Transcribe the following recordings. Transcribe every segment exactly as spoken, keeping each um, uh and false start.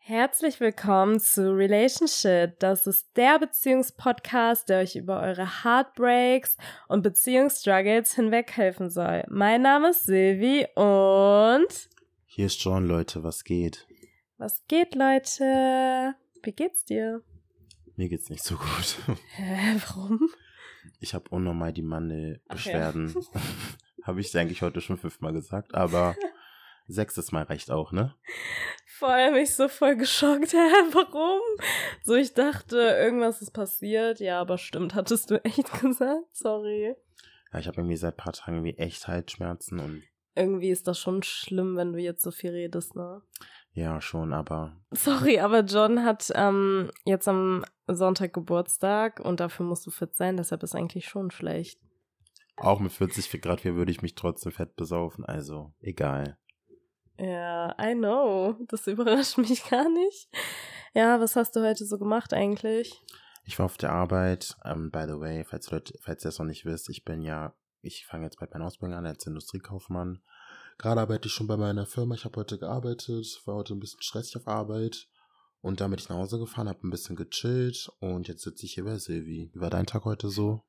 Herzlich willkommen zu Relationship. Das ist der Beziehungspodcast, der euch über eure Heartbreaks und Beziehungsstruggles hinweg helfen soll. Mein Name ist Silvi und... Hier ist John, Leute. Was geht? Was geht, Leute? Wie geht's dir? Mir geht's nicht so gut. Hä, warum? Ich habe unnormal die Mandelbeschwerden. Ja. Habe ich eigentlich heute schon fünfmal gesagt, aber sechstes Mal reicht auch, ne? Vorher mich so voll geschockt. Hä, warum? So, ich dachte, irgendwas ist passiert. Ja, aber stimmt, hattest du echt gesagt? Sorry. Ja, ich habe irgendwie seit ein paar Tagen irgendwie echt Halsschmerzen und... Irgendwie ist das schon schlimm, wenn du jetzt so viel redest, ne? Ja, schon, aber... Sorry, aber John hat ähm, jetzt am Sonntag Geburtstag und dafür musst du fit sein, deshalb ist eigentlich schon schlecht. Auch mit vierzig Grad vier würde ich mich trotzdem fett besaufen, also egal. Ja, I know. Das überrascht mich gar nicht. Ja, was hast du heute so gemacht eigentlich? Ich war auf der Arbeit. Um, by the way, falls, Leute, falls ihr das noch nicht wisst, ich bin ja, ich fange jetzt bald meine Ausbildung an als Industriekaufmann. Gerade arbeite ich schon bei meiner Firma. Ich habe heute gearbeitet, war heute ein bisschen stressig auf Arbeit. Und dann bin ich nach Hause gefahren, habe ein bisschen gechillt und jetzt sitze ich hier bei Silvi. Wie war dein Tag heute so?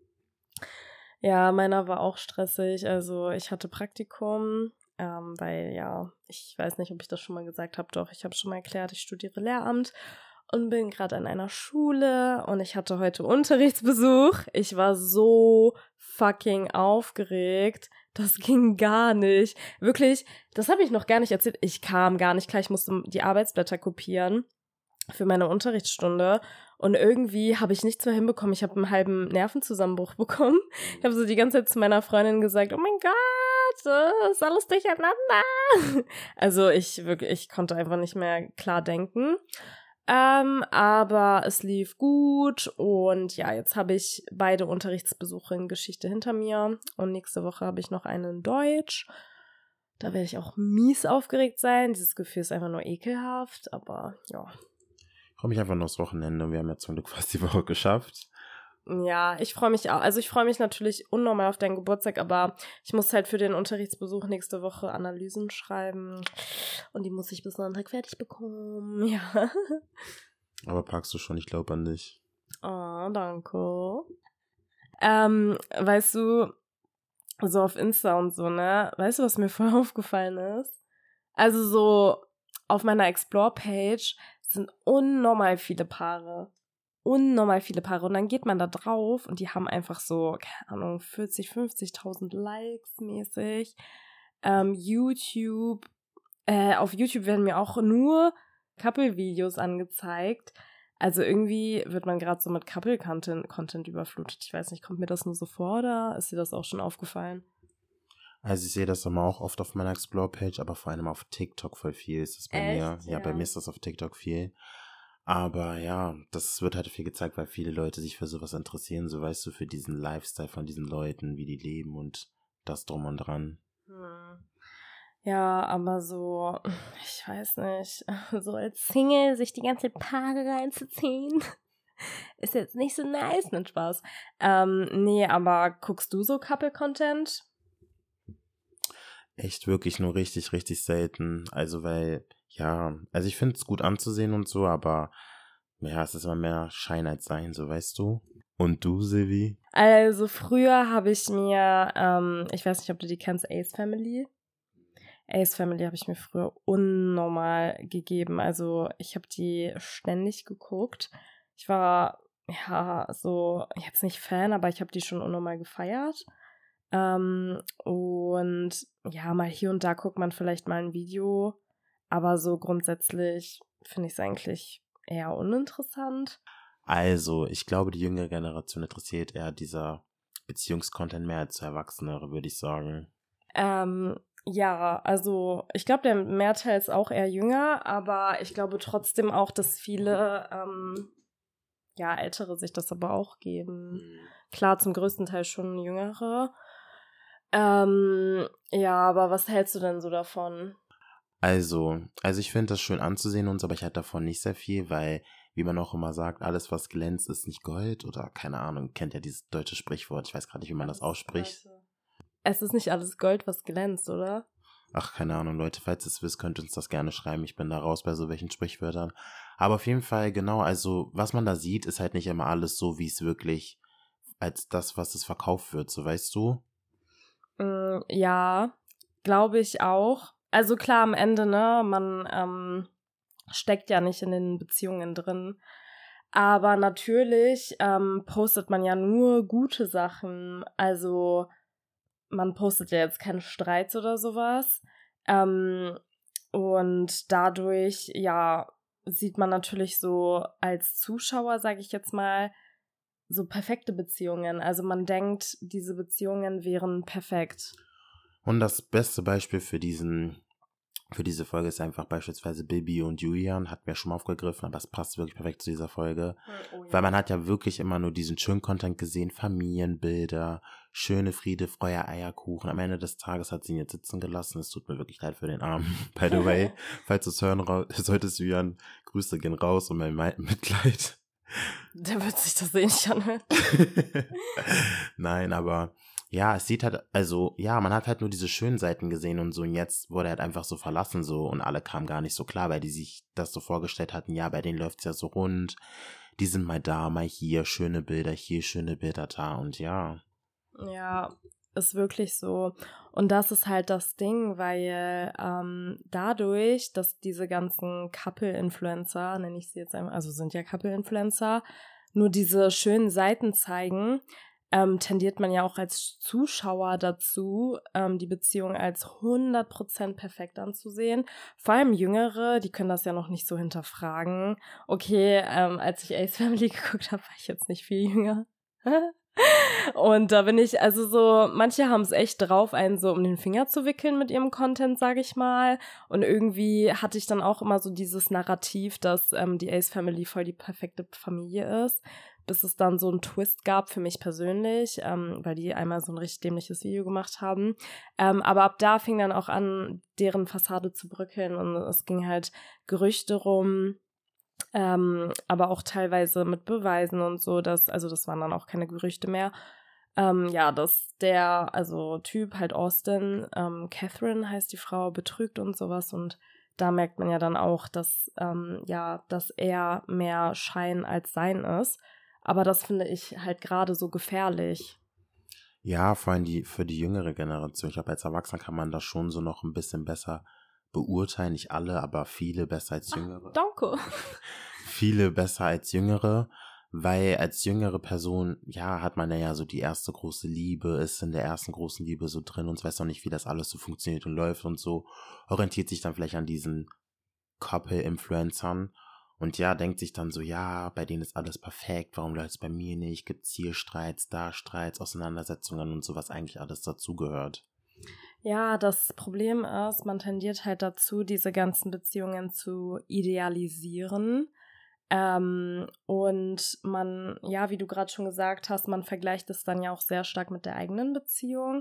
Ja, meiner war auch stressig. Also ich hatte Praktikum. Ähm, weil, ja, ich weiß nicht, ob ich das schon mal gesagt habe, doch, ich habe schon mal erklärt, ich studiere Lehramt und bin gerade an einer Schule und ich hatte heute Unterrichtsbesuch. Ich war so fucking aufgeregt, das ging gar nicht. Wirklich, das habe ich noch gar nicht erzählt, ich kam gar nicht klar, ich musste die Arbeitsblätter kopieren für meine Unterrichtsstunde und irgendwie habe ich nichts mehr hinbekommen. Ich habe einen halben Nervenzusammenbruch bekommen. Ich habe so die ganze Zeit zu meiner Freundin gesagt, oh mein Gott, das ist alles durcheinander. Also ich wirklich, ich konnte einfach nicht mehr klar denken. Ähm, aber es lief gut und ja, jetzt habe ich beide Unterrichtsbesuche in Geschichte hinter mir und nächste Woche habe ich noch einen in Deutsch. Da werde ich auch mies aufgeregt sein. Dieses Gefühl ist einfach nur ekelhaft, aber ja. Ich freue mich einfach nur aufs Wochenende. Wir haben ja zum Glück fast die Woche geschafft. Ja, ich freue mich auch. Also ich freue mich natürlich unnormal auf deinen Geburtstag, aber ich muss halt für den Unterrichtsbesuch nächste Woche Analysen schreiben und die muss ich bis Sonntag fertig bekommen. Ja. Aber packst du schon, ich glaube an dich. Oh, danke. Ähm, weißt du, so auf Insta und so, ne? Weißt du, was mir voll aufgefallen ist? Also so auf meiner Explore-Page sind unnormal viele Paare. Unnormal viele Paare. Und dann geht man da drauf und die haben einfach so, keine Ahnung, vierzig, fünfzigtausend Likes mäßig. Ähm, YouTube, äh, auf YouTube werden mir auch nur Couple-Videos angezeigt. Also irgendwie wird man gerade so mit Couple-Content Content überflutet. Ich weiß nicht, kommt mir das nur so vor oder ist dir das auch schon aufgefallen? Also ich sehe das immer auch oft auf meiner Explore-Page, aber vor allem auf TikTok voll viel ist das bei Echt? mir. Ja, Ja, bei mir ist das auf TikTok viel. Aber ja, das wird halt viel gezeigt, weil viele Leute sich für sowas interessieren, so weißt du, für diesen Lifestyle von diesen Leuten, wie die leben und das drum und dran. Hm. Ja, aber so, ich weiß nicht, so als Single sich die ganze Paare reinzuziehen, ist jetzt nicht so nice, mit Spaß. Ähm, nee, aber guckst du so Couple-Content? Echt wirklich nur richtig, richtig selten. Also weil, ja, also ich finde es gut anzusehen und so, aber ja, es ist immer mehr Schein als Sein, so weißt du. Und du, Silvi? Also früher habe ich mir, ähm, ich weiß nicht, ob du die kennst, Ace Family. Ace Family habe ich mir früher unnormal gegeben. Also ich habe die ständig geguckt. Ich war, ja, so, jetzt nicht Fan, aber ich habe die schon unnormal gefeiert. Ähm, und ja, mal hier und da guckt man vielleicht mal ein Video, aber so grundsätzlich finde ich es eigentlich eher uninteressant. Also, ich glaube, die jüngere Generation interessiert eher dieser Beziehungskontent mehr als Erwachsenere, würde ich sagen. Ähm, ja, also ich glaube, der Mehrteil ist auch eher jünger, aber ich glaube trotzdem auch, dass viele ähm, ja, Ältere sich das aber auch geben. Mhm. Klar, zum größten Teil schon Jüngere. Ähm, ja, aber was hältst du denn so davon? Also, also ich finde das schön anzusehen und so, aber ich halte davon nicht sehr viel, weil, wie man auch immer sagt, alles, was glänzt, ist nicht Gold oder keine Ahnung, kennt ja dieses deutsche Sprichwort, ich weiß gerade nicht, wie man das ausspricht. Es ist nicht alles Gold, was glänzt, oder? Ach, keine Ahnung, Leute, falls ihr es wisst, könnt ihr uns das gerne schreiben. Ich bin da raus bei so welchen Sprichwörtern. Aber auf jeden Fall, genau, also was man da sieht, ist halt nicht immer alles so, wie es wirklich, als das, was es verkauft wird, so weißt du? Mm, ja, glaube ich auch. Also klar, am Ende, ne, man ähm, steckt ja nicht in den Beziehungen drin. Aber natürlich ähm, postet man ja nur gute Sachen. Also man postet ja jetzt keine Streits oder sowas. Ähm, und dadurch, ja, sieht man natürlich so als Zuschauer, sage ich jetzt mal, so perfekte Beziehungen. Also man denkt, diese Beziehungen wären perfekt. Und das beste Beispiel für diesen, für diese Folge ist einfach beispielsweise Bibi und Julian, hatten wir schon mal aufgegriffen, aber es passt wirklich perfekt zu dieser Folge. Oh ja. Weil man hat ja wirklich immer nur diesen schönen Content gesehen, Familienbilder, schöne Friede, Freude, Eierkuchen. Am Ende des Tages hat sie ihn jetzt sitzen gelassen. Es tut mir wirklich leid für den Armen. By the way, falls du es hören solltest, Julian, Grüße gehen raus und mein Mitleid. Der wird sich das eh nicht anhören. Nein, aber ja, es sieht halt, also ja, man hat halt nur diese schönen Seiten gesehen und so, und jetzt wurde er halt einfach so verlassen so, und alle kamen gar nicht so klar, weil die sich das so vorgestellt hatten, ja, bei denen läuft es ja so rund, die sind mal da, mal hier, schöne Bilder hier, schöne Bilder da, und ja. Ja, ist wirklich so. Und das ist halt das Ding, weil ähm, dadurch, dass diese ganzen Couple-Influencer, nenne ich sie jetzt einmal, also sind ja Couple-Influencer, nur diese schönen Seiten zeigen, ähm, tendiert man ja auch als Zuschauer dazu, ähm, die Beziehung als hundert Prozent perfekt anzusehen. Vor allem Jüngere, die können das ja noch nicht so hinterfragen. Okay, ähm, als ich Ace Family geguckt habe, war ich jetzt nicht viel jünger. Und da bin ich, also so, manche haben es echt drauf, einen so um den Finger zu wickeln mit ihrem Content, sage ich mal. Und irgendwie hatte ich dann auch immer so dieses Narrativ, dass ähm, die Ace Family voll die perfekte Familie ist, bis es dann so einen Twist gab für mich persönlich, ähm, weil die einmal so ein richtig dämliches Video gemacht haben. Ähm, aber ab da fing dann auch an, deren Fassade zu bröckeln, und es ging halt Gerüchte rum, Ähm, aber auch teilweise mit Beweisen und so, dass, also das waren dann auch keine Gerüchte mehr, ähm, ja, dass der, also Typ, halt Austin, ähm, Catherine heißt die Frau, betrügt und sowas, und da merkt man ja dann auch, dass, ähm, ja, dass er mehr Schein als Sein ist, aber das finde ich halt gerade so gefährlich. Ja, vor allem die, für die jüngere Generation. Ich glaube, als Erwachsener kann man das schon so noch ein bisschen besser beurteilen. Nicht alle, aber viele besser als Jüngere. Ach, danke. Viele besser als Jüngere, weil als jüngere Person, ja, hat man ja so die erste große Liebe, ist in der ersten großen Liebe so drin und weiß noch nicht, wie das alles so funktioniert und läuft und so, orientiert sich dann vielleicht an diesen Couple-Influencern und ja, denkt sich dann so, ja, bei denen ist alles perfekt, warum läuft es bei mir nicht, gibt's hier Streits, da Streits, Auseinandersetzungen und so, was eigentlich alles dazugehört. Ja, das Problem ist, man tendiert halt dazu, diese ganzen Beziehungen zu idealisieren. Ähm, und man, ja, wie du gerade schon gesagt hast, man vergleicht es dann ja auch sehr stark mit der eigenen Beziehung.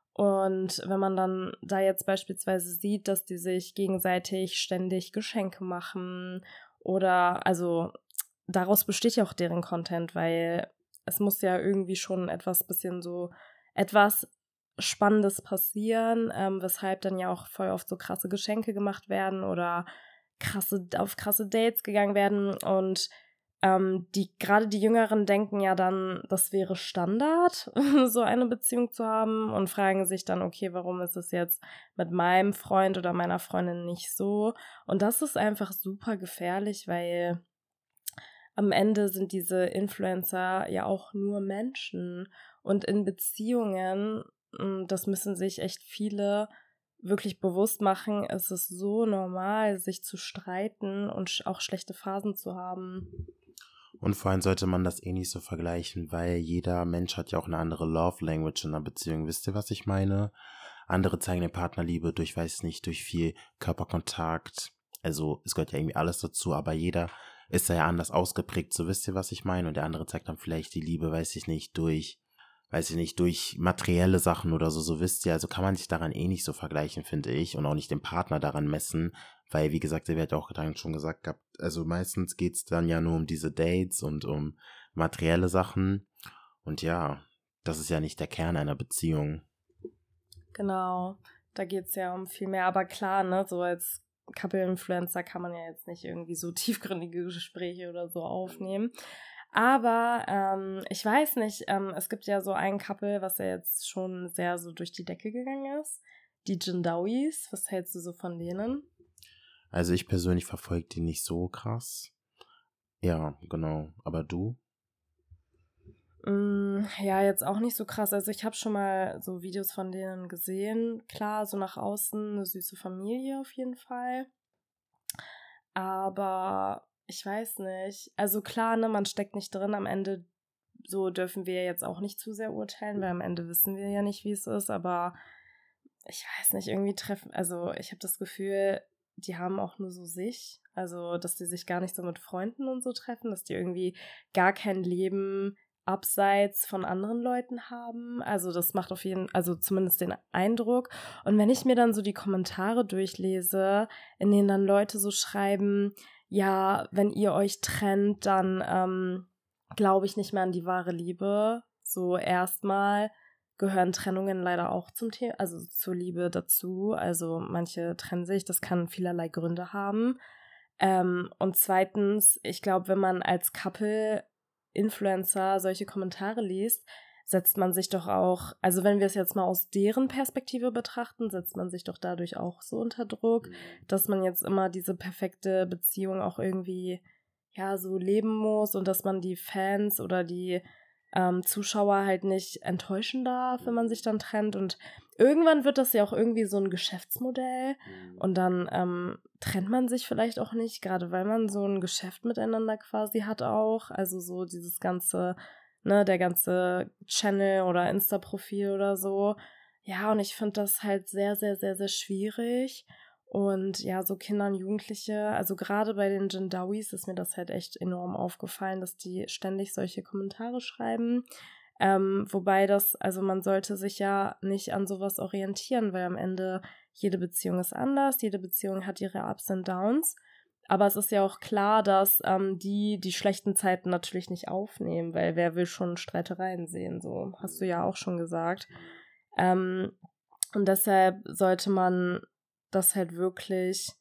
Und wenn man dann da jetzt beispielsweise sieht, dass die sich gegenseitig ständig Geschenke machen oder, also daraus besteht ja auch deren Content, weil es muss ja irgendwie schon etwas bisschen so, etwas Spannendes passieren, ähm, weshalb dann ja auch voll oft so krasse Geschenke gemacht werden oder krasse, auf krasse Dates gegangen werden, und ähm, die, gerade die Jüngeren denken ja dann, das wäre Standard, so eine Beziehung zu haben, und fragen sich dann, okay, warum ist es jetzt mit meinem Freund oder meiner Freundin nicht so? Und das ist einfach super gefährlich, weil am Ende sind diese Influencer ja auch nur Menschen, und in Beziehungen, das müssen sich echt viele wirklich bewusst machen, es ist so normal, sich zu streiten und auch schlechte Phasen zu haben. Und vor allem sollte man das eh nicht so vergleichen, weil jeder Mensch hat ja auch eine andere Love Language in einer Beziehung. Wisst ihr, was ich meine? Andere zeigen der Partnerliebe durch, weiß nicht, durch viel Körperkontakt. Also es gehört ja irgendwie alles dazu, aber jeder ist da ja anders ausgeprägt. So, wisst ihr, was ich meine? Und der andere zeigt dann vielleicht die Liebe, weiß ich nicht, durch, weiß ich nicht, durch materielle Sachen oder so, so wisst ihr. Also kann man sich daran eh nicht so vergleichen, finde ich. Und auch nicht den Partner daran messen. Weil, wie gesagt, der wird ja auch schon gesagt gehabt, also meistens geht's dann ja nur um diese Dates und um materielle Sachen. Und ja, das ist ja nicht der Kern einer Beziehung. Genau. Da geht es ja um viel mehr. Aber klar, ne, so als Couple-Influencer kann man ja jetzt nicht irgendwie so tiefgründige Gespräche oder so aufnehmen. Aber ähm, ich weiß nicht, ähm, es gibt ja so ein Couple, was ja jetzt schon sehr so durch die Decke gegangen ist. Die Jindawis. Was hältst du so von denen? Also ich persönlich verfolge die nicht so krass. Ja, genau. Aber du? Mm, ja, jetzt auch nicht so krass. Also ich habe schon mal so Videos von denen gesehen. Klar, so nach außen eine süße Familie auf jeden Fall. Aber ich weiß nicht. Also klar, ne, man steckt nicht drin. Am Ende so dürfen wir jetzt auch nicht zu sehr urteilen, weil am Ende wissen wir ja nicht, wie es ist. Aber ich weiß nicht, irgendwie treffen, also ich habe das Gefühl, die haben auch nur so sich. Also, dass die sich gar nicht so mit Freunden und so treffen, dass die irgendwie gar kein Leben abseits von anderen Leuten haben. Also das macht auf jeden, also zumindest den Eindruck. Und wenn ich mir dann so die Kommentare durchlese, in denen dann Leute so schreiben, ja, wenn ihr euch trennt, dann ähm, glaube ich nicht mehr an die wahre Liebe. So erstmal gehören Trennungen leider auch zum Thema, also zur Liebe dazu. Also manche trennen sich, das kann vielerlei Gründe haben. Ähm, und zweitens, ich glaube, wenn man als Couple Influencer solche Kommentare liest, setzt man sich doch auch, also wenn wir es jetzt mal aus deren Perspektive betrachten, setzt man sich doch dadurch auch so unter Druck, dass man jetzt immer diese perfekte Beziehung auch irgendwie, ja, so leben muss und dass man die Fans oder die ähm, Zuschauer halt nicht enttäuschen darf, wenn man sich dann trennt. Und irgendwann wird das ja auch irgendwie so ein Geschäftsmodell und dann ähm, trennt man sich vielleicht auch nicht, gerade weil man so ein Geschäft miteinander quasi hat auch. Also so dieses ganze, ne, der ganze Channel oder Insta-Profil oder so. Ja, und ich finde das halt sehr, sehr, sehr, sehr schwierig. Und ja, so Kinder und Jugendliche, also gerade bei den Jindawis ist mir das halt echt enorm aufgefallen, dass die ständig solche Kommentare schreiben. Ähm, wobei das, also man sollte sich ja nicht an sowas orientieren, weil am Ende jede Beziehung ist anders, jede Beziehung hat ihre Ups und Downs. Aber es ist ja auch klar, dass ähm, die die schlechten Zeiten natürlich nicht aufnehmen, weil wer will schon Streitereien sehen, so hast du ja auch schon gesagt. Ähm, und deshalb sollte man das halt wirklich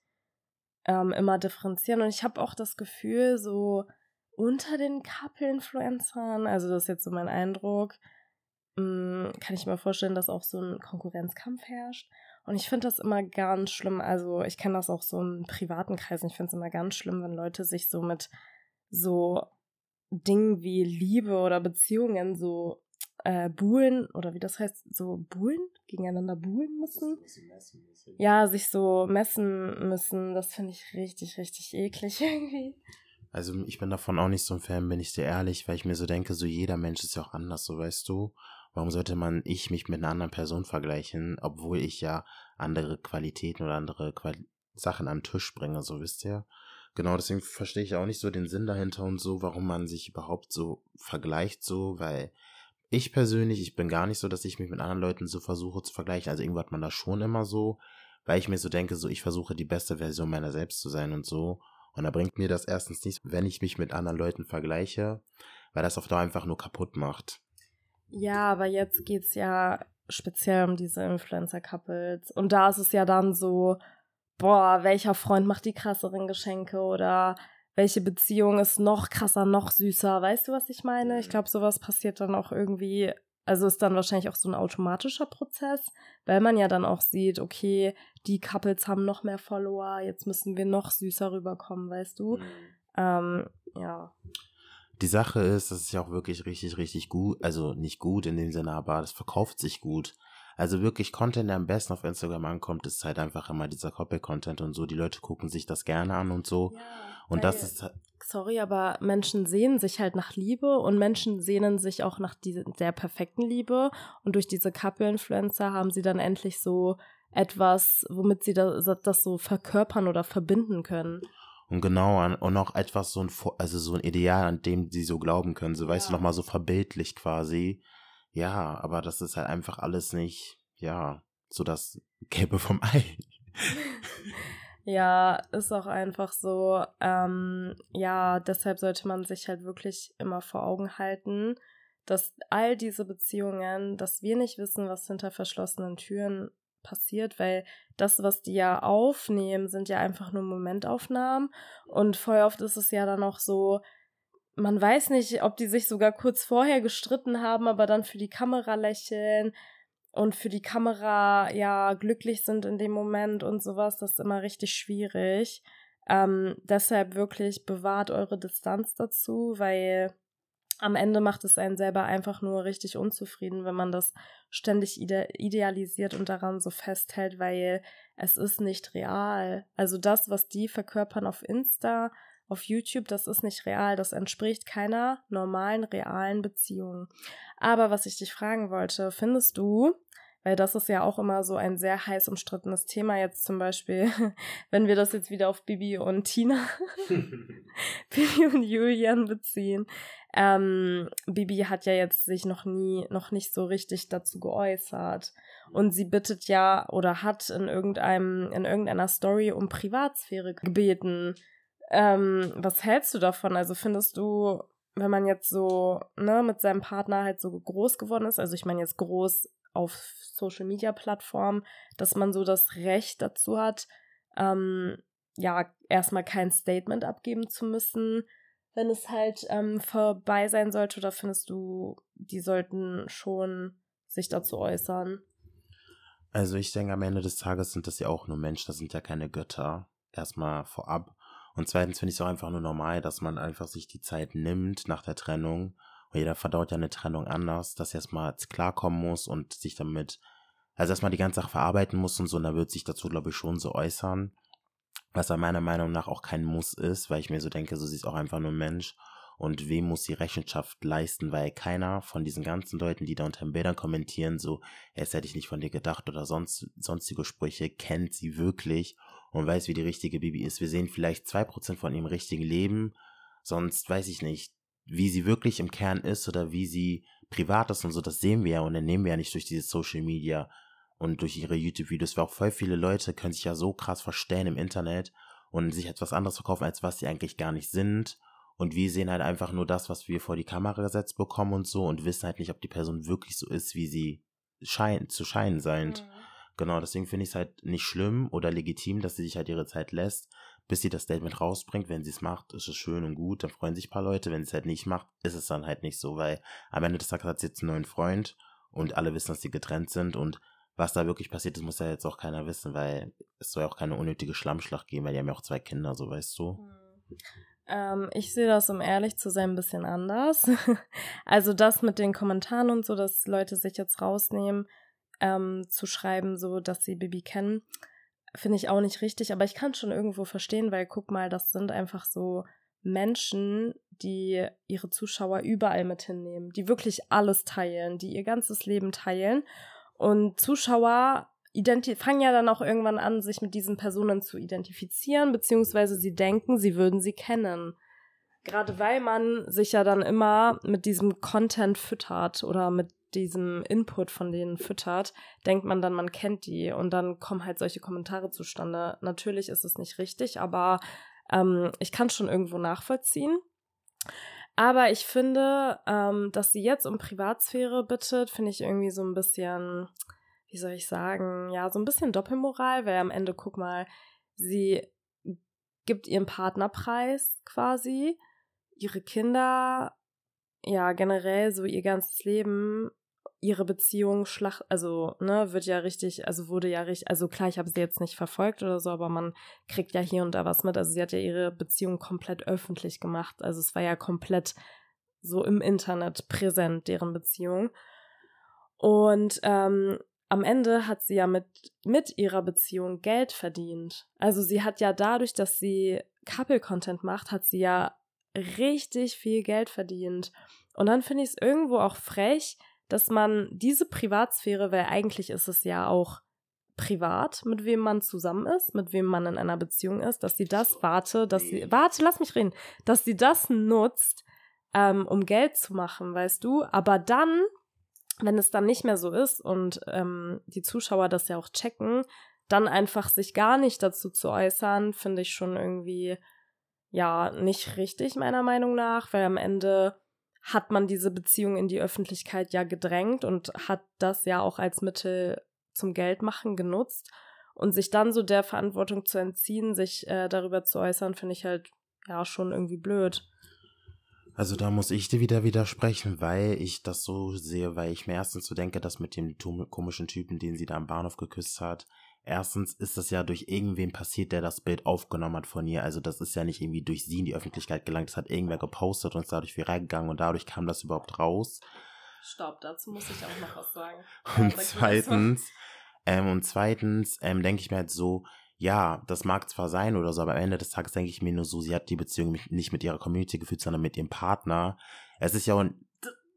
ähm, immer differenzieren. Und ich habe auch das Gefühl, so unter den Couple-Influencern, also das ist jetzt so mein Eindruck, mh, kann ich mir vorstellen, dass auch so ein Konkurrenzkampf herrscht. Und ich finde das immer ganz schlimm, also ich kenne das auch so in privaten Kreisen, ich finde es immer ganz schlimm, wenn Leute sich so mit so Dingen wie Liebe oder Beziehungen so äh, buhlen, oder wie das heißt, so buhlen, gegeneinander buhlen müssen. Ja, sich so messen müssen, das finde ich richtig, richtig eklig irgendwie. Also ich bin davon auch nicht so ein Fan, bin ich dir ehrlich, weil ich mir so denke, so jeder Mensch ist ja auch anders, so weißt du. Warum sollte man ich mich mit einer anderen Person vergleichen, obwohl ich ja andere Qualitäten oder andere Quali- Sachen am Tisch bringe, so wisst ihr. Genau, deswegen verstehe ich auch nicht so den Sinn dahinter und so, warum man sich überhaupt so vergleicht, so, weil ich persönlich, ich bin gar nicht so, dass ich mich mit anderen Leuten so versuche zu vergleichen. Also irgendwo hat man das schon immer so, weil ich mir so denke, so ich versuche die beste Version meiner selbst zu sein und so. Und da bringt mir das erstens nichts, wenn ich mich mit anderen Leuten vergleiche, weil das auf Dauer einfach nur kaputt macht. Ja, aber jetzt geht's ja speziell um diese Influencer-Couples. Und da ist es ja dann so, boah, welcher Freund macht die krasseren Geschenke oder welche Beziehung ist noch krasser, noch süßer. Weißt du, was ich meine? Ich glaube, sowas passiert dann auch irgendwie, also ist dann wahrscheinlich auch so ein automatischer Prozess, weil man ja dann auch sieht, okay, die Couples haben noch mehr Follower, jetzt müssen wir noch süßer rüberkommen, weißt du? Mhm. Ähm, ja. Die Sache ist, das ist ja auch wirklich richtig, richtig gut, also nicht gut in dem Sinne, aber das verkauft sich gut. Also wirklich Content, der am besten auf Instagram ankommt, ist halt einfach immer dieser Copy-Content und so. Die Leute gucken sich das gerne an und so. Ja, und das ist halt, sorry, aber Menschen sehnen sich halt nach Liebe und Menschen sehnen sich auch nach diese, der perfekten Liebe. Und durch diese Couple-Influencer haben sie dann endlich so etwas, womit sie das, das so verkörpern oder verbinden können. Und genau, an, und auch etwas so ein, also so ein Ideal, an dem sie so glauben können, so, ja. Weißt du, nochmal so verbildlich quasi. Ja, aber das ist halt einfach alles nicht, ja, so das Gelbe vom Ei. Ja, ist auch einfach so, ähm, ja, deshalb sollte man sich halt wirklich immer vor Augen halten, dass all diese Beziehungen, dass wir nicht wissen, was hinter verschlossenen Türen passiert, weil das, was die ja aufnehmen, sind ja einfach nur Momentaufnahmen und voll oft ist es ja dann auch so, man weiß nicht, ob die sich sogar kurz vorher gestritten haben, aber dann für die Kamera lächeln und für die Kamera ja glücklich sind in dem Moment und sowas, das ist immer richtig schwierig. Ähm, deshalb wirklich bewahrt eure Distanz dazu, weil am Ende macht es einen selber einfach nur richtig unzufrieden, wenn man das ständig ide- idealisiert und daran so festhält, weil es ist nicht real. Also das, was die verkörpern auf Insta, auf YouTube, das ist nicht real. Das entspricht keiner normalen, realen Beziehung. Aber was ich dich fragen wollte, findest du, weil das ist ja auch immer so ein sehr heiß umstrittenes Thema, jetzt zum Beispiel, wenn wir das jetzt wieder auf Bibi und Tina, Bibi und Julian beziehen. Ähm, Bibi hat ja jetzt sich noch nie, noch nicht so richtig dazu geäußert. Und sie bittet ja oder hat in irgendeinem, in irgendeiner Story um Privatsphäre gebeten. Ähm, was hältst du davon? Also findest du, wenn man jetzt so, ne, mit seinem Partner halt so groß geworden ist, also ich meine jetzt groß auf Social-Media-Plattformen, dass man so das Recht dazu hat, ähm, ja, erstmal kein Statement abgeben zu müssen, wenn es halt ähm, vorbei sein sollte, oder findest du, die sollten schon sich dazu äußern? Also ich denke, am Ende des Tages sind das ja auch nur Menschen, das sind ja keine Götter. Erstmal vorab. Und zweitens finde ich es auch einfach nur normal, dass man einfach sich die Zeit nimmt nach der Trennung. Und jeder verdaut ja eine Trennung anders, dass er erstmal klarkommen muss und sich damit, also erstmal die ganze Sache verarbeiten muss und so, und da wird sich dazu, glaube ich, schon so äußern. Was da meiner Meinung nach auch kein Muss ist, weil ich mir so denke, so sie ist auch einfach nur ein Mensch. Und wem muss sie Rechenschaft leisten, weil keiner von diesen ganzen Leuten, die da unter den Bildern kommentieren, so, es hätte ich nicht von dir gedacht oder sonst sonstige Sprüche, kennt sie wirklich und weiß, wie die richtige Bibi ist. Wir sehen vielleicht zwei Prozent von ihrem richtigen Leben, sonst weiß ich nicht, wie sie wirklich im Kern ist oder wie sie privat ist und so, das sehen wir ja und entnehmen wir ja nicht durch diese Social Media und durch ihre YouTube-Videos, weil auch voll viele Leute können sich ja so krass verstellen im Internet und sich etwas anderes verkaufen, als was sie eigentlich gar nicht sind. Und wir sehen halt einfach nur das, was wir vor die Kamera gesetzt bekommen und so und wissen halt nicht, ob die Person wirklich so ist, wie sie scheint, zu scheinen scheint. Mhm. Genau, deswegen finde ich es halt nicht schlimm oder legitim, dass sie sich halt ihre Zeit lässt, bis sie das Statement rausbringt. Wenn sie es macht, ist es schön und gut, dann freuen sich ein paar Leute. Wenn sie es halt nicht macht, ist es dann halt nicht so, weil am Ende des Tages hat sie jetzt einen neuen Freund und alle wissen, dass sie getrennt sind und was da wirklich passiert ist, muss ja jetzt auch keiner wissen, weil es soll ja auch keine unnötige Schlammschlacht geben, weil die haben ja auch zwei Kinder, so weißt du. Mhm. Ähm, ich sehe das, um ehrlich zu sein, ein bisschen anders. Also das mit den Kommentaren und so, dass Leute sich jetzt rausnehmen, ähm, zu schreiben, so, dass sie Bibi kennen, finde ich auch nicht richtig. Aber ich kann schon irgendwo verstehen, weil guck mal, das sind einfach so Menschen, die ihre Zuschauer überall mit hinnehmen, die wirklich alles teilen, die ihr ganzes Leben teilen. Und Zuschauer identi- fangen ja dann auch irgendwann an, sich mit diesen Personen zu identifizieren, beziehungsweise sie denken, sie würden sie kennen. Gerade weil man sich ja dann immer mit diesem Content füttert oder mit diesem Input von denen füttert, denkt man dann, man kennt die und dann kommen halt solche Kommentare zustande. Natürlich ist es nicht richtig, aber ähm, ich kann es schon irgendwo nachvollziehen. Aber ich finde, ähm, dass sie jetzt um Privatsphäre bittet, finde ich irgendwie so ein bisschen, wie soll ich sagen, ja, so ein bisschen Doppelmoral, weil am Ende, guck mal, sie gibt ihren Partner preis quasi, ihre Kinder, ja, generell so ihr ganzes Leben, ihre Beziehung schlacht, also, ne, wird ja richtig, also wurde ja richtig, also klar, ich habe sie jetzt nicht verfolgt oder so, aber man kriegt ja hier und da was mit, also sie hat ja ihre Beziehung komplett öffentlich gemacht, also es war ja komplett so im Internet präsent, deren Beziehung. Und ähm, am Ende hat sie ja mit, mit ihrer Beziehung Geld verdient. Also sie hat ja dadurch, dass sie Couple-Content macht, hat sie ja richtig viel Geld verdient. Und dann finde ich es irgendwo auch frech, dass man diese Privatsphäre, weil eigentlich ist es ja auch privat, mit wem man zusammen ist, mit wem man in einer Beziehung ist, dass sie das, warte, dass sie, warte, lass mich reden, dass sie das nutzt, ähm, um Geld zu machen, weißt du, aber dann, wenn es dann nicht mehr so ist und ähm, die Zuschauer das ja auch checken, dann einfach sich gar nicht dazu zu äußern, finde ich schon irgendwie, ja, nicht richtig, meiner Meinung nach, weil am Ende hat man diese Beziehung in die Öffentlichkeit ja gedrängt und hat das ja auch als Mittel zum Geldmachen genutzt und sich dann so der Verantwortung zu entziehen, sich äh, darüber zu äußern, finde ich halt ja schon irgendwie blöd. Also da muss ich dir wieder widersprechen, weil ich das so sehe, weil ich mir erstens so denke, dass mit dem komischen Typen, den sie da am Bahnhof geküsst hat, erstens ist das ja durch irgendwen passiert, der das Bild aufgenommen hat von ihr. Also das ist ja nicht irgendwie durch sie in die Öffentlichkeit gelangt, das hat irgendwer gepostet und ist dadurch viral gegangen und dadurch kam das überhaupt raus. Stopp, dazu muss ich auch noch was sagen. Und ja, zweitens, ähm, und zweitens ähm, denke ich mir halt so, ja, das mag zwar sein oder so, aber am Ende des Tages denke ich mir nur so, sie hat die Beziehung nicht mit ihrer Community geführt, sondern mit ihrem Partner. Es ist ja auch ein...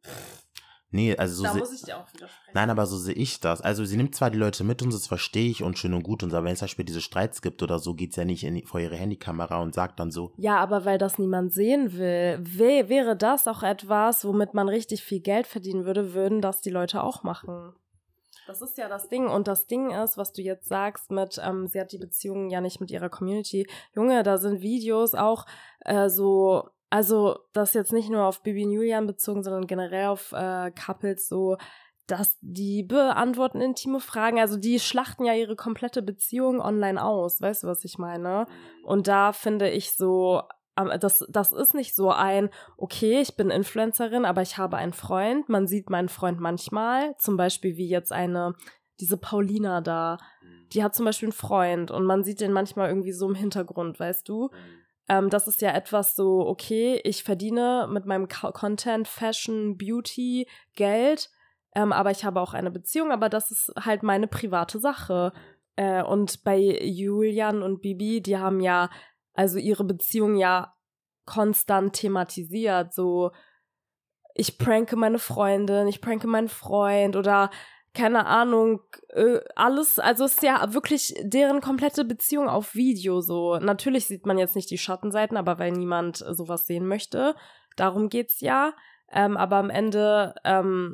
Nee, also so... Da se- muss ich dir auch widersprechen. Nein, aber so sehe ich das. Also sie nimmt zwar die Leute mit und das verstehe ich und schön und gut und so, aber wenn es zum Beispiel diese Streits gibt oder so, geht's ja nicht in, vor ihre Handykamera und sagt dann so... Ja, aber weil das niemand sehen will, wär, wäre das auch etwas, womit man richtig viel Geld verdienen würde, würden das die Leute auch machen. Das ist ja das Ding. Und das Ding ist, was du jetzt sagst mit, ähm, sie hat die Beziehung ja nicht mit ihrer Community. Junge, da sind Videos auch äh, so, also das ist jetzt nicht nur auf Bibi und Julian bezogen, sondern generell auf äh, Couples so, dass die beantworten intime Fragen. Also die schlachten ja ihre komplette Beziehung online aus. Weißt du, was ich meine? Und da finde ich so... Das, das ist nicht so ein, okay, ich bin Influencerin, aber ich habe einen Freund. Man sieht meinen Freund manchmal, zum Beispiel wie jetzt eine, diese Paulina da, die hat zum Beispiel einen Freund und man sieht den manchmal irgendwie so im Hintergrund, weißt du? Ähm, das ist ja etwas so, okay, ich verdiene mit meinem Content, Fashion, Beauty, Geld, ähm, aber ich habe auch eine Beziehung, aber das ist halt meine private Sache. Äh, und bei Julian und Bibi, die haben ja also ihre Beziehung ja konstant thematisiert, so ich pranke meine Freundin, ich pranke meinen Freund oder keine Ahnung, alles, also es ist ja wirklich deren komplette Beziehung auf Video so. Natürlich sieht man jetzt nicht die Schattenseiten, aber weil niemand sowas sehen möchte, darum geht's ja, ähm, aber am Ende ähm,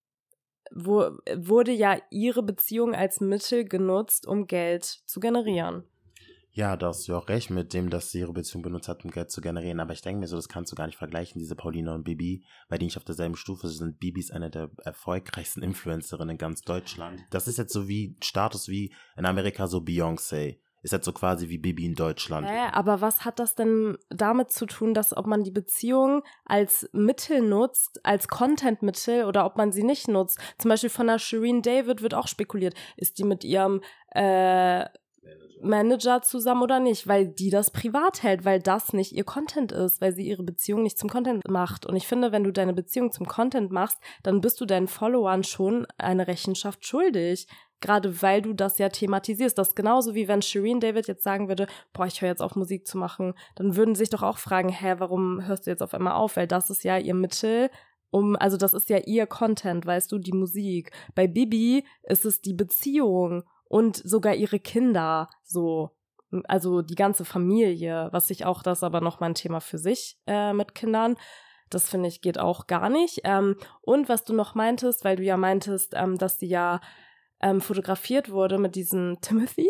wo, wurde ja ihre Beziehung als Mittel genutzt, um Geld zu generieren. Ja, da hast du auch recht mit dem, dass sie ihre Beziehung benutzt hat, um Geld zu generieren. Aber ich denke mir so, das kannst du gar nicht vergleichen, diese Paulina und Bibi, weil die nicht auf derselben Stufe sind. Bibi ist eine der erfolgreichsten Influencerinnen in ganz Deutschland. Das ist jetzt so wie Status wie in Amerika so Beyoncé. Ist jetzt so quasi wie Bibi in Deutschland. Hä, aber was hat das denn damit zu tun, dass ob man die Beziehung als Mittel nutzt, als Content-Mittel oder ob man sie nicht nutzt? Zum Beispiel von der Shireen David wird auch spekuliert. Ist die mit ihrem äh, Manager zusammen oder nicht, weil die das privat hält, weil das nicht ihr Content ist, weil sie ihre Beziehung nicht zum Content macht. Und ich finde, wenn du deine Beziehung zum Content machst, dann bist du deinen Followern schon eine Rechenschaft schuldig. Gerade weil du das ja thematisierst. Das ist genauso wie wenn Shireen David jetzt sagen würde, boah, ich höre jetzt auf Musik zu machen. Dann würden sich doch auch fragen, hä, warum hörst du jetzt auf einmal auf? Weil das ist ja ihr Mittel, um, also das ist ja ihr Content, weißt du, die Musik. Bei Bibi ist es die Beziehung. Und sogar ihre Kinder, so, also die ganze Familie, was ich auch, das ist aber noch mal ein Thema für sich äh, mit Kindern. Das finde ich geht auch gar nicht. Ähm, und was du noch meintest, weil du ja meintest, ähm, dass sie ja ähm, fotografiert wurde mit diesem Timothy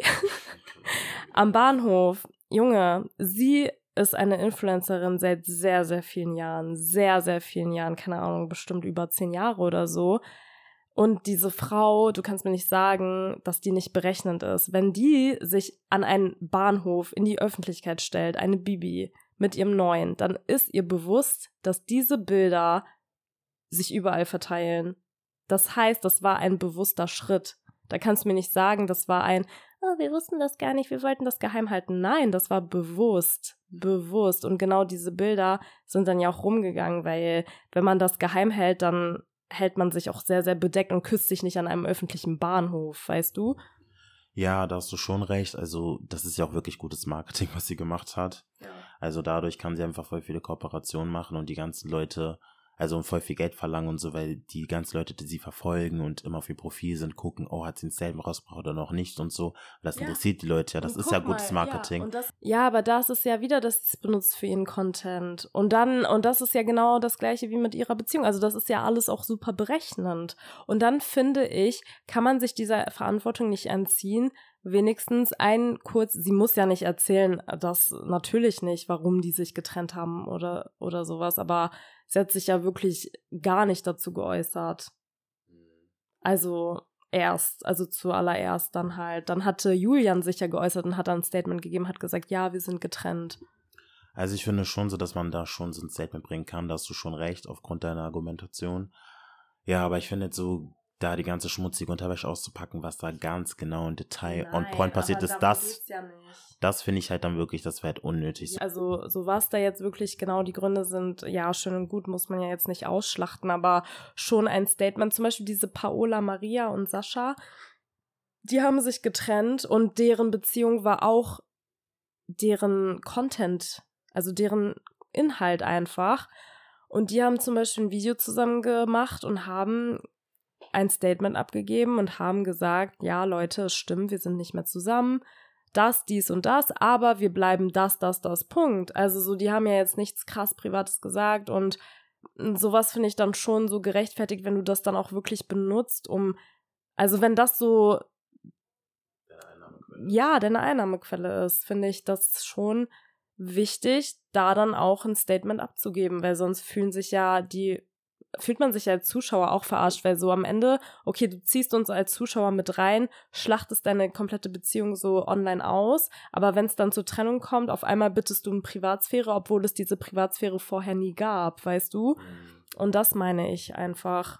am Bahnhof. Junge, sie ist eine Influencerin seit sehr, sehr vielen Jahren, sehr, sehr vielen Jahren, keine Ahnung, bestimmt über zehn Jahre oder so. Und diese Frau, du kannst mir nicht sagen, dass die nicht berechnend ist. Wenn die sich an einen Bahnhof in die Öffentlichkeit stellt, eine Bibi mit ihrem Neuen, dann ist ihr bewusst, dass diese Bilder sich überall verteilen. Das heißt, das war ein bewusster Schritt. Da kannst du mir nicht sagen, das war ein, oh, wir wussten das gar nicht, wir wollten das geheim halten. Nein, das war bewusst, bewusst. Und genau diese Bilder sind dann ja auch rumgegangen, weil wenn man das geheim hält, dann hält man sich auch sehr, sehr bedeckt und küsst sich nicht an einem öffentlichen Bahnhof, weißt du? Ja, da hast du schon recht. Also das ist ja auch wirklich gutes Marketing, was sie gemacht hat. Ja. Also dadurch kann sie einfach voll viele Kooperationen machen und die ganzen Leute, also voll viel Geld verlangen und so, weil die ganzen Leute, die sie verfolgen und immer auf ihr Profil sind, gucken, oh, hat sie ein Statement rausgebracht oder noch nicht und so. Das ja. interessiert die Leute ja, das und ist ja gutes mal, Marketing. Ja, und das, ja, aber da ist es ja wieder, dass sie es benutzt für ihren Content. Und dann, und das ist ja genau das Gleiche wie mit ihrer Beziehung. Also das ist ja alles auch super berechnend. Und dann finde ich, kann man sich dieser Verantwortung nicht entziehen, wenigstens ein kurz, sie muss ja nicht erzählen, das natürlich nicht, warum die sich getrennt haben oder, oder sowas, aber sie hat sich ja wirklich gar nicht dazu geäußert. Also, erst, also zuallererst dann halt. Dann hatte Julian sich ja geäußert und hat dann ein Statement gegeben, hat gesagt, ja, wir sind getrennt. Also ich finde schon so, dass man da schon so ein Statement bringen kann, da hast du schon recht, aufgrund deiner Argumentation. Ja, aber ich finde jetzt so, da die ganze schmutzige Unterwäsche auszupacken, was da ganz genau im Detail Nein, on point passiert ist, das, ja das finde ich halt dann wirklich, das wäre halt unnötig. Ja, also so was da jetzt wirklich genau die Gründe sind, ja, schön und gut, muss man ja jetzt nicht ausschlachten, aber schon ein Statement, zum Beispiel diese Paola Maria und Sascha, die haben sich getrennt und deren Beziehung war auch deren Content, also deren Inhalt einfach. Und die haben zum Beispiel ein Video zusammen gemacht und haben ein Statement abgegeben und haben gesagt, ja Leute, es stimmt, wir sind nicht mehr zusammen, das, dies und das, aber wir bleiben das, das, das, Punkt. Also so, die haben ja jetzt nichts krass Privates gesagt und sowas finde ich dann schon so gerechtfertigt, wenn du das dann auch wirklich benutzt, um, also wenn das so, ja, deine Einnahmequelle ist, finde ich das schon wichtig, da dann auch ein Statement abzugeben, weil sonst fühlen sich ja die fühlt man sich ja als Zuschauer auch verarscht, weil so am Ende, okay, du ziehst uns als Zuschauer mit rein, schlachtest deine komplette Beziehung so online aus, aber wenn es dann zur Trennung kommt, auf einmal bittest du um Privatsphäre, obwohl es diese Privatsphäre vorher nie gab, weißt du? Und das meine ich einfach.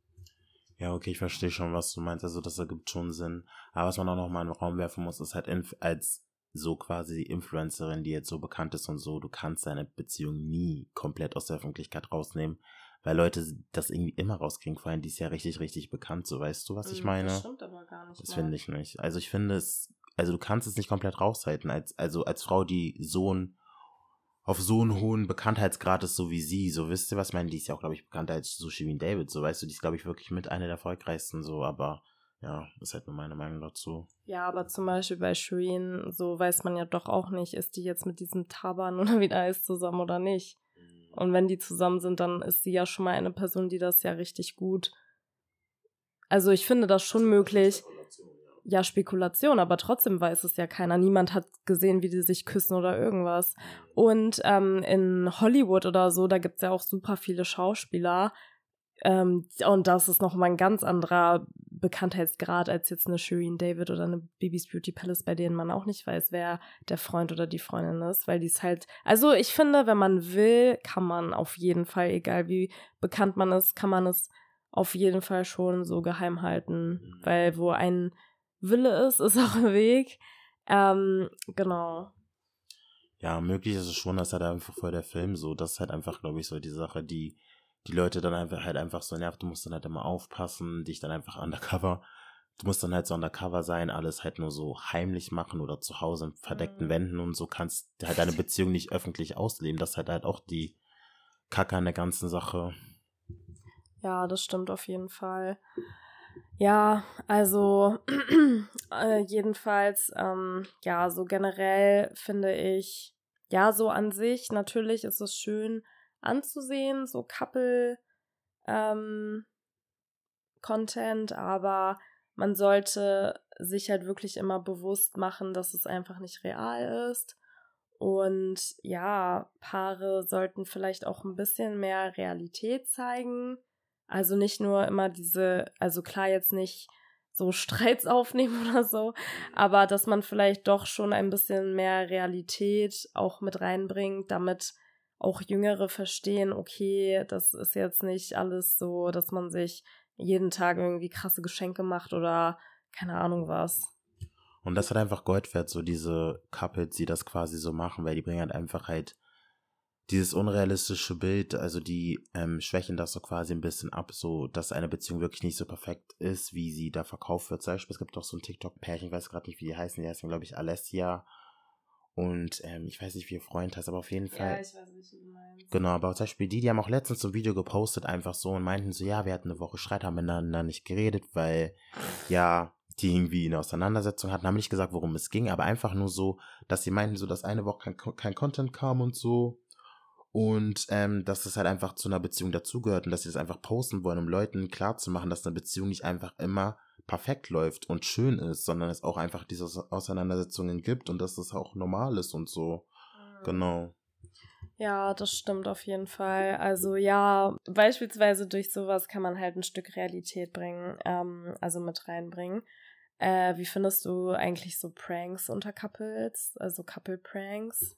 Ja, okay, ich verstehe schon, was du meinst, also das ergibt schon Sinn. Aber was man auch noch mal in den Raum werfen muss, ist halt inf- als so quasi die Influencerin, die jetzt so bekannt ist und so, du kannst deine Beziehung nie komplett aus der Öffentlichkeit rausnehmen, weil Leute das irgendwie immer rauskriegen, vor allem die ist ja richtig, richtig bekannt, so weißt du, was ich meine? Das stimmt aber gar nicht. Das finde ich nicht. Also ich finde es, also du kannst es nicht komplett raushalten, als, also als Frau, die so ein, auf so einen hohen Bekanntheitsgrad ist, so wie sie, so wisst ihr, was ich meine? Die ist ja auch, glaube ich, bekannter als so Shirin David, so weißt du, die ist, glaube ich, wirklich mit einer der erfolgreichsten, so, aber ja, ist halt nur meine Meinung dazu. Ja, aber zum Beispiel bei Shirin, so weiß man ja doch auch nicht, ist die jetzt mit diesem Taban oder wie der heißt zusammen oder nicht. Und wenn die zusammen sind, dann ist sie ja schon mal eine Person, die das ja richtig gut, also ich finde das schon möglich. Ja, Spekulation, aber trotzdem weiß es ja keiner. Niemand hat gesehen, wie die sich küssen oder irgendwas. Und ähm, in Hollywood oder so, da gibt es ja auch super viele Schauspieler. Ähm, und das ist nochmal ein ganz anderer Bekanntheitsgrad als jetzt eine Shirin David oder eine Bibis Beauty Palace, bei denen man auch nicht weiß, wer der Freund oder die Freundin ist, weil die es halt, also ich finde, wenn man will, kann man auf jeden Fall, egal wie bekannt man ist, kann man es auf jeden Fall schon so geheim halten, mhm. weil wo ein Wille ist, ist auch ein Weg. Ähm, genau. Ja, möglich ist es schon, dass halt einfach vor der Film so, das ist halt einfach, glaube ich, so die Sache, die die Leute dann einfach halt einfach so nervt, du musst dann halt immer aufpassen, dich dann einfach undercover, du musst dann halt so undercover sein, alles halt nur so heimlich machen oder zu Hause in verdeckten mhm. Wänden und so kannst halt deine Beziehung nicht öffentlich ausleben, das ist halt halt auch die Kacke an der ganzen Sache. Ja, das stimmt auf jeden Fall. Ja, also äh, jedenfalls, ähm, ja, so generell finde ich, ja, so an sich, natürlich ist es schön anzusehen, so Couple ähm, Content, aber man sollte sich halt wirklich immer bewusst machen, dass es einfach nicht real ist. Und ja, Paare sollten vielleicht auch ein bisschen mehr Realität zeigen. Also nicht nur immer diese, also klar jetzt nicht so Streits aufnehmen oder so, aber dass man vielleicht doch schon ein bisschen mehr Realität auch mit reinbringt, damit auch Jüngere verstehen, okay, das ist jetzt nicht alles so, dass man sich jeden Tag irgendwie krasse Geschenke macht oder keine Ahnung was. Und das hat einfach Gold wert, so diese Couples, die das quasi so machen, weil die bringen halt einfach halt dieses unrealistische Bild, also die ähm, schwächen das so quasi ein bisschen ab, so dass eine Beziehung wirklich nicht so perfekt ist, wie sie da verkauft wird. Zum Beispiel, es gibt doch so ein TikTok-Pärchen, ich weiß gerade nicht, wie die heißen, die heißen, glaube ich, Alessia und ähm, ich weiß nicht, wie ihr Freund heißt, aber auf jeden Fall. Ja, ich weiß nicht, wie du meinst. Genau, aber zum Beispiel die, die haben auch letztens so ein Video gepostet einfach so und meinten so, ja, wir hatten eine Woche Streit, haben miteinander nicht geredet, weil, ja, die irgendwie eine Auseinandersetzung hatten, haben nicht gesagt, worum es ging, aber einfach nur so, dass sie meinten so, dass eine Woche kein, kein Content kam und so. Und ähm, dass es halt einfach zu einer Beziehung dazugehört und dass sie das einfach posten wollen, um Leuten klarzumachen, dass eine Beziehung nicht einfach immer perfekt läuft und schön ist, sondern es auch einfach diese Auseinandersetzungen gibt und dass das auch normal ist und so. Mhm. Genau. Ja, das stimmt auf jeden Fall. Also ja, beispielsweise durch sowas kann man halt ein Stück Realität bringen, ähm, also mit reinbringen. Äh, wie findest du eigentlich so Pranks unter Couples, also Couple-Pranks?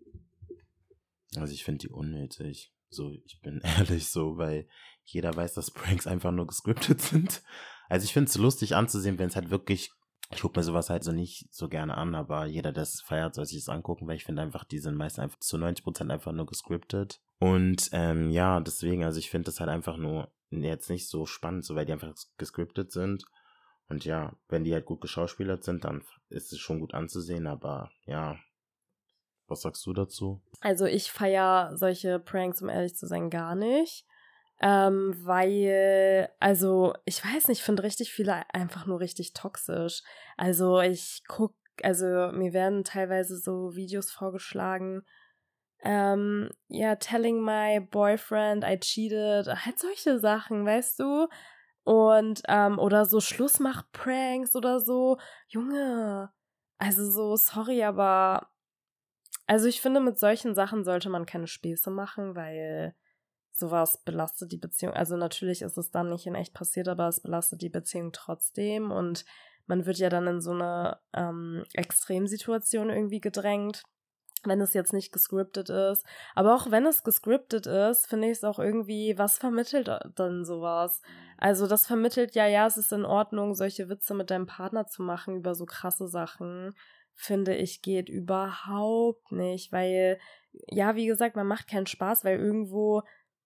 Also ich finde die unnötig. So, ich bin ehrlich so, weil jeder weiß, dass Pranks einfach nur gescriptet sind. Also ich finde es lustig anzusehen, wenn es halt wirklich, ich gucke mir sowas halt so nicht so gerne an, aber jeder, der es feiert, soll sich das angucken, weil ich finde einfach, die sind meist einfach zu neunzig Prozent einfach nur gescriptet. Und ähm, ja, deswegen, also ich finde das halt einfach nur jetzt nicht so spannend, so weil die einfach gescriptet sind. Und ja, wenn die halt gut geschauspielert sind, dann ist es schon gut anzusehen, aber ja, was sagst du dazu? Also ich feiere solche Pranks, um ehrlich zu sein, gar nicht. Ähm, weil, also, ich weiß nicht, ich finde richtig viele einfach nur richtig toxisch. Also ich guck, also mir werden teilweise so Videos vorgeschlagen, ähm, ja, telling my boyfriend I cheated, halt solche Sachen, weißt du? Und, ähm, oder so Schlussmach-Pranks oder so. Junge, also so, sorry, aber also ich finde, mit solchen Sachen sollte man keine Späße machen, weil sowas belastet die Beziehung. Also natürlich ist es dann nicht in echt passiert, aber es belastet die Beziehung trotzdem und man wird ja dann in so eine ähm, Extremsituation irgendwie gedrängt, wenn es jetzt nicht gescriptet ist. Aber auch wenn es gescriptet ist, finde ich es auch irgendwie, was vermittelt dann sowas? Also das vermittelt ja, ja, es ist in Ordnung, solche Witze mit deinem Partner zu machen über so krasse Sachen, finde ich, geht überhaupt nicht, weil, ja, wie gesagt, man macht keinen Spaß, weil irgendwo,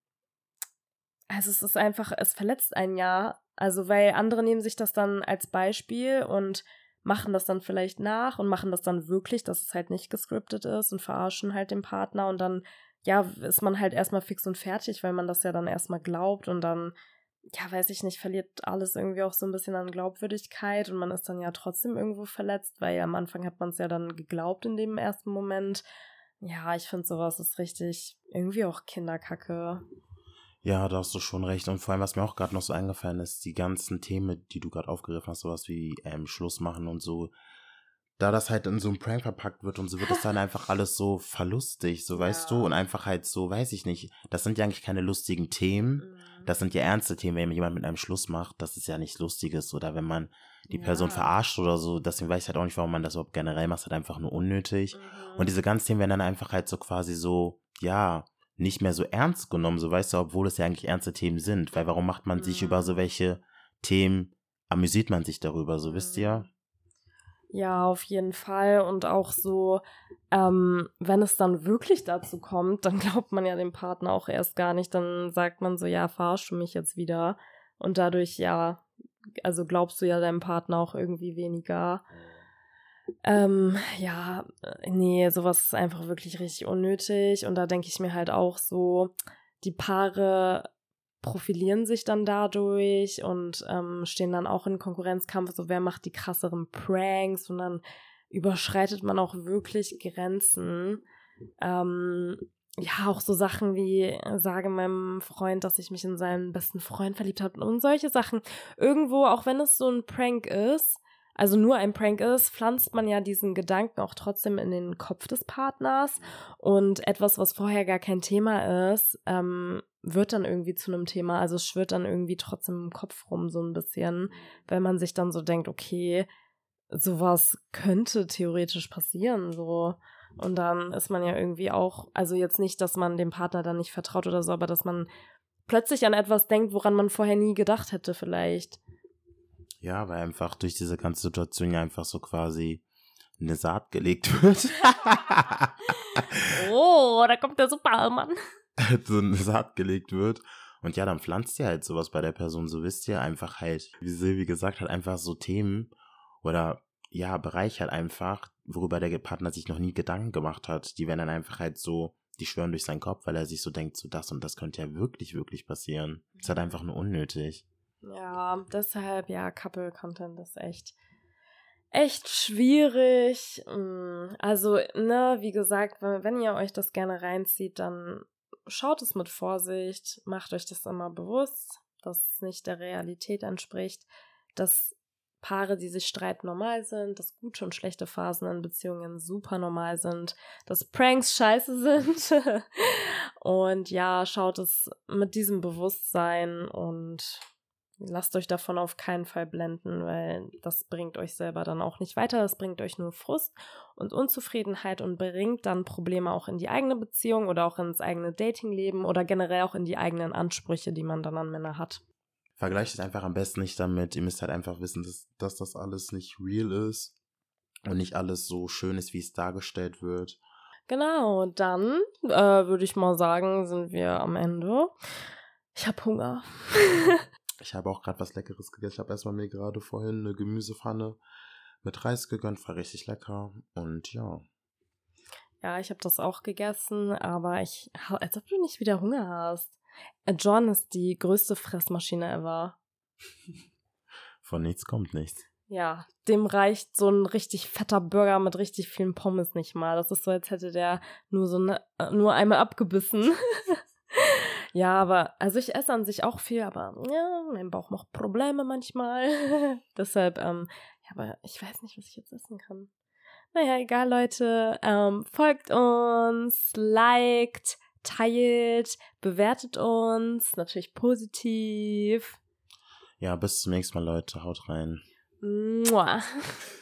also es ist einfach, es verletzt einen ja, also weil andere nehmen sich das dann als Beispiel und machen das dann vielleicht nach und machen das dann wirklich, dass es halt nicht gescriptet ist und verarschen halt den Partner und dann, ja, ist man halt erstmal fix und fertig, weil man das ja dann erstmal glaubt und dann, ja, weiß ich nicht, verliert alles irgendwie auch so ein bisschen an Glaubwürdigkeit und man ist dann ja trotzdem irgendwo verletzt, weil am Anfang hat man es ja dann geglaubt in dem ersten Moment. Ja, ich finde sowas ist richtig irgendwie auch Kinderkacke. Ja, da hast du schon recht. Und vor allem, was mir auch gerade noch so eingefallen ist, die ganzen Themen, die du gerade aufgegriffen hast, sowas wie ähm, Schluss machen und so, da das halt in so einem Prank verpackt wird und so wird es dann einfach alles so verlustig, so weißt du, und einfach halt so, weiß ich nicht, das sind ja eigentlich keine lustigen Themen, Mhm. das sind ja ernste Themen, wenn jemand mit einem Schluss macht, das ist ja nichts Lustiges oder wenn man die Ja. Person verarscht oder so, deswegen weiß ich halt auch nicht, warum man das überhaupt generell macht, halt einfach nur unnötig. Mhm. Und diese ganzen Themen werden dann einfach halt so quasi so, ja, nicht mehr so ernst genommen, so weißt du, obwohl es ja eigentlich ernste Themen sind, weil warum macht man sich Mhm. über so welche Themen, amüsiert man sich darüber, so wisst ihr? Ja, auf jeden Fall. Und auch so, ähm, wenn es dann wirklich dazu kommt, dann glaubt man ja dem Partner auch erst gar nicht. Dann sagt man so, ja, verarschst du mich jetzt wieder. Und dadurch, ja, also glaubst du ja deinem Partner auch irgendwie weniger. Ähm, ja, äh, nee, sowas ist einfach wirklich richtig unnötig. Und da denke ich mir halt auch so, die Paare profilieren sich dann dadurch und ähm, stehen dann auch in Konkurrenzkampf, so wer macht die krasseren Pranks und dann überschreitet man auch wirklich Grenzen. Ähm, ja, auch so Sachen wie, äh, sage meinem Freund, dass ich mich in seinen besten Freund verliebt habe und solche Sachen. Irgendwo, auch wenn es so ein Prank ist, also nur ein Prank ist, pflanzt man ja diesen Gedanken auch trotzdem in den Kopf des Partners und etwas, was vorher gar kein Thema ist, ähm, wird dann irgendwie zu einem Thema, also es schwirrt dann irgendwie trotzdem im Kopf rum so ein bisschen, weil man sich dann so denkt, okay, sowas könnte theoretisch passieren, so. Und dann ist man ja irgendwie auch, also jetzt nicht, dass man dem Partner dann nicht vertraut oder so, aber dass man plötzlich an etwas denkt, woran man vorher nie gedacht hätte vielleicht. Ja, weil einfach durch diese ganze Situation ja einfach so quasi eine Saat gelegt wird. Oh, da kommt der Supermann. So eine Saat gelegt wird. Und ja, dann pflanzt ihr halt sowas bei der Person. So wisst ihr einfach halt, wie Silvi gesagt hat, einfach so Themen oder ja, Bereiche halt einfach, worüber der Partner sich noch nie Gedanken gemacht hat. Die werden dann einfach halt so, die schwören durch seinen Kopf, weil er sich so denkt, so das und das könnte ja wirklich, wirklich passieren. Das ist halt einfach nur unnötig. Ja, deshalb, ja, Couple-Content ist echt, echt schwierig. Also, ne, wie gesagt, wenn, wenn ihr euch das gerne reinzieht, dann schaut es mit Vorsicht, macht euch das immer bewusst, dass es nicht der Realität entspricht, dass Paare, die sich streiten, normal sind, dass gute und schlechte Phasen in Beziehungen super normal sind, dass Pranks scheiße sind. Und ja, schaut es mit diesem Bewusstsein und lasst euch davon auf keinen Fall blenden, weil das bringt euch selber dann auch nicht weiter. Das bringt euch nur Frust und Unzufriedenheit und bringt dann Probleme auch in die eigene Beziehung oder auch ins eigene Datingleben oder generell auch in die eigenen Ansprüche, die man dann an Männer hat. Vergleicht es einfach am besten nicht damit. Ihr müsst halt einfach wissen, dass, dass das alles nicht real ist und nicht alles so schön ist, wie es dargestellt wird. Genau, dann äh, würde ich mal sagen, sind wir am Ende. Ich habe Hunger. Ich habe auch gerade was Leckeres gegessen. Ich habe erstmal mir gerade vorhin eine Gemüsepfanne mit Reis gegönnt. War richtig lecker. Und ja. Ja, ich habe das auch gegessen, aber ich, als ob du nicht wieder Hunger hast. John ist die größte Fressmaschine ever. Von nichts kommt nichts. Ja, dem reicht so ein richtig fetter Burger mit richtig vielen Pommes nicht mal. Das ist so, als hätte der nur so ne, nur einmal abgebissen. Ja, aber, also ich esse an sich auch viel, aber ja, mein Bauch macht Probleme manchmal. Deshalb, ähm, ja, aber ich weiß nicht, was ich jetzt essen kann. Naja, egal, Leute. Ähm, folgt uns, liked, teilt, bewertet uns, natürlich positiv. Ja, bis zum nächsten Mal, Leute. Haut rein. Mua.